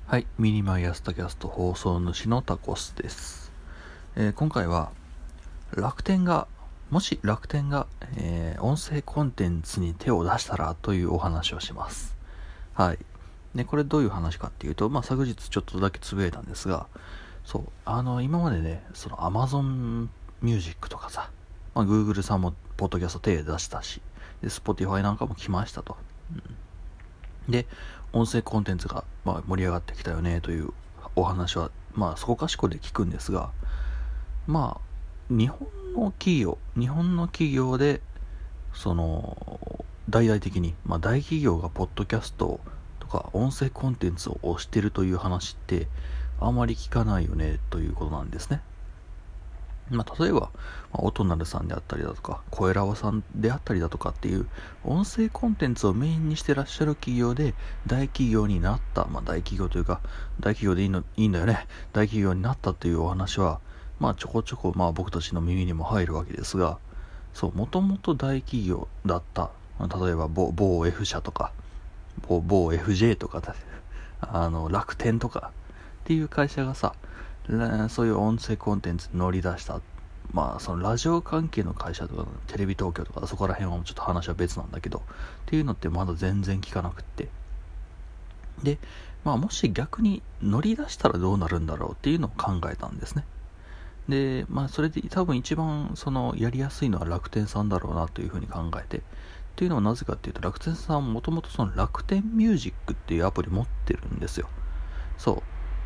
はい、ミニマイアスタキャスト放送主のタコスです。今回はもし楽天が、音声コンテンツに手を出したらというお話をします。はい。で、これどういう話かっていうと、昨日ちょっとだけつぶやいたんですが、そう、今までね、その Amazon Music とかさ、Google さんもポッドキャスト手出したし、で、Spotify なんかも来ましたと。で、音声コンテンツが、盛り上がってきたよねというお話は、そこかしこで聞くんですが、日本の企業で、大々的に、大企業がポッドキャストとか音声コンテンツを推してるという話って、あまり聞かないよねということなんですね。例えば、オトナルさんであったりだとか、コエラワさんであったりだとかっていう、音声コンテンツをメインにしてらっしゃる企業で、大企業になった、大企業というか、大企業でいいんだよね。大企業になったというお話は、ちょこちょこ、僕たちの耳にも入るわけですが、そう、もともと大企業だった、例えば某 F 社とか、某 FJ とか楽天とかっていう会社がさ、そういう音声コンテンツに乗り出した。そのラジオ関係の会社とか、テレビ東京とか、そこら辺はちょっと話は別なんだけど、っていうのってまだ全然聞かなくって。で、もし逆に乗り出したらどうなるんだろうっていうのを考えたんですね。で、それで多分一番やりやすいのは楽天さんだろうなというふうに考えて。っていうのはなぜかっていうと、楽天さんもともと楽天ミュージックっていうアプリ持ってるんですよ。そう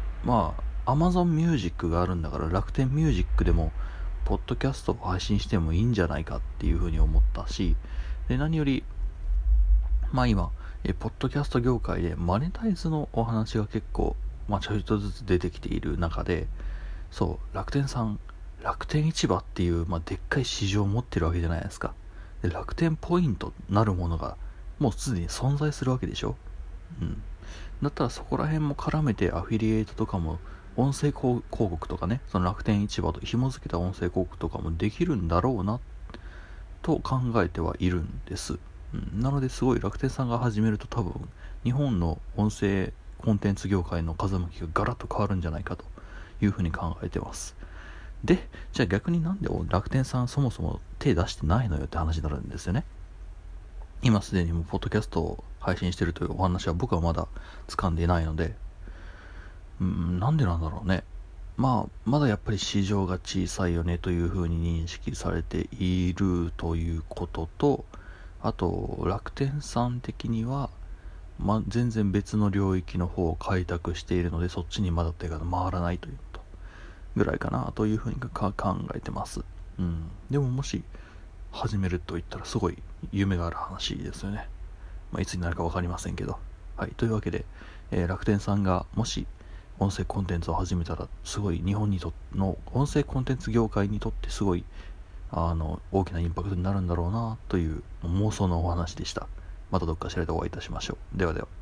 。Amazon Music があるんだから楽天ミュージックでもポッドキャストを配信してもいいんじゃないかっていうふうに思ったし、で何より今ポッドキャスト業界でマネタイズのお話が結構ちょいとずつ出てきている中で、そう楽天さん、楽天市場っていうでっかい市場を持ってるわけじゃないですか。で楽天ポイントなるものがもうすでに存在するわけでしょ。だったらそこら辺も絡めてアフィリエイトとかも音声広告とかね、その楽天市場と紐付けた音声広告とかもできるんだろうなと考えてはいるんです。なのですごい楽天さんが始めると多分日本の音声コンテンツ業界の風向きがガラッと変わるんじゃないかというふうに考えてます。で、じゃあ逆になんで楽天さんそもそも手出してないのよって話になるんですよね。今すでにもうポッドキャストを配信しているというお話は僕はまだ掴んでいないので、なんでなんだろうね。まだやっぱり市場が小さいよねというふうに認識されているということと、あと楽天さん的には、全然別の領域の方を開拓しているので、そっちにまだ手が回らないということぐらいかなというふうに考えてます。でももし始めると言ったらすごい夢がある話ですよね。いつになるか分かりませんけど。はい、というわけで、楽天さんがもし音声コンテンツを始めたら、すごい日本の音声コンテンツ業界にとってすごい大きなインパクトになるんだろうなという妄想のお話でした。またどっかしらでお会いいたしましょう。ではでは。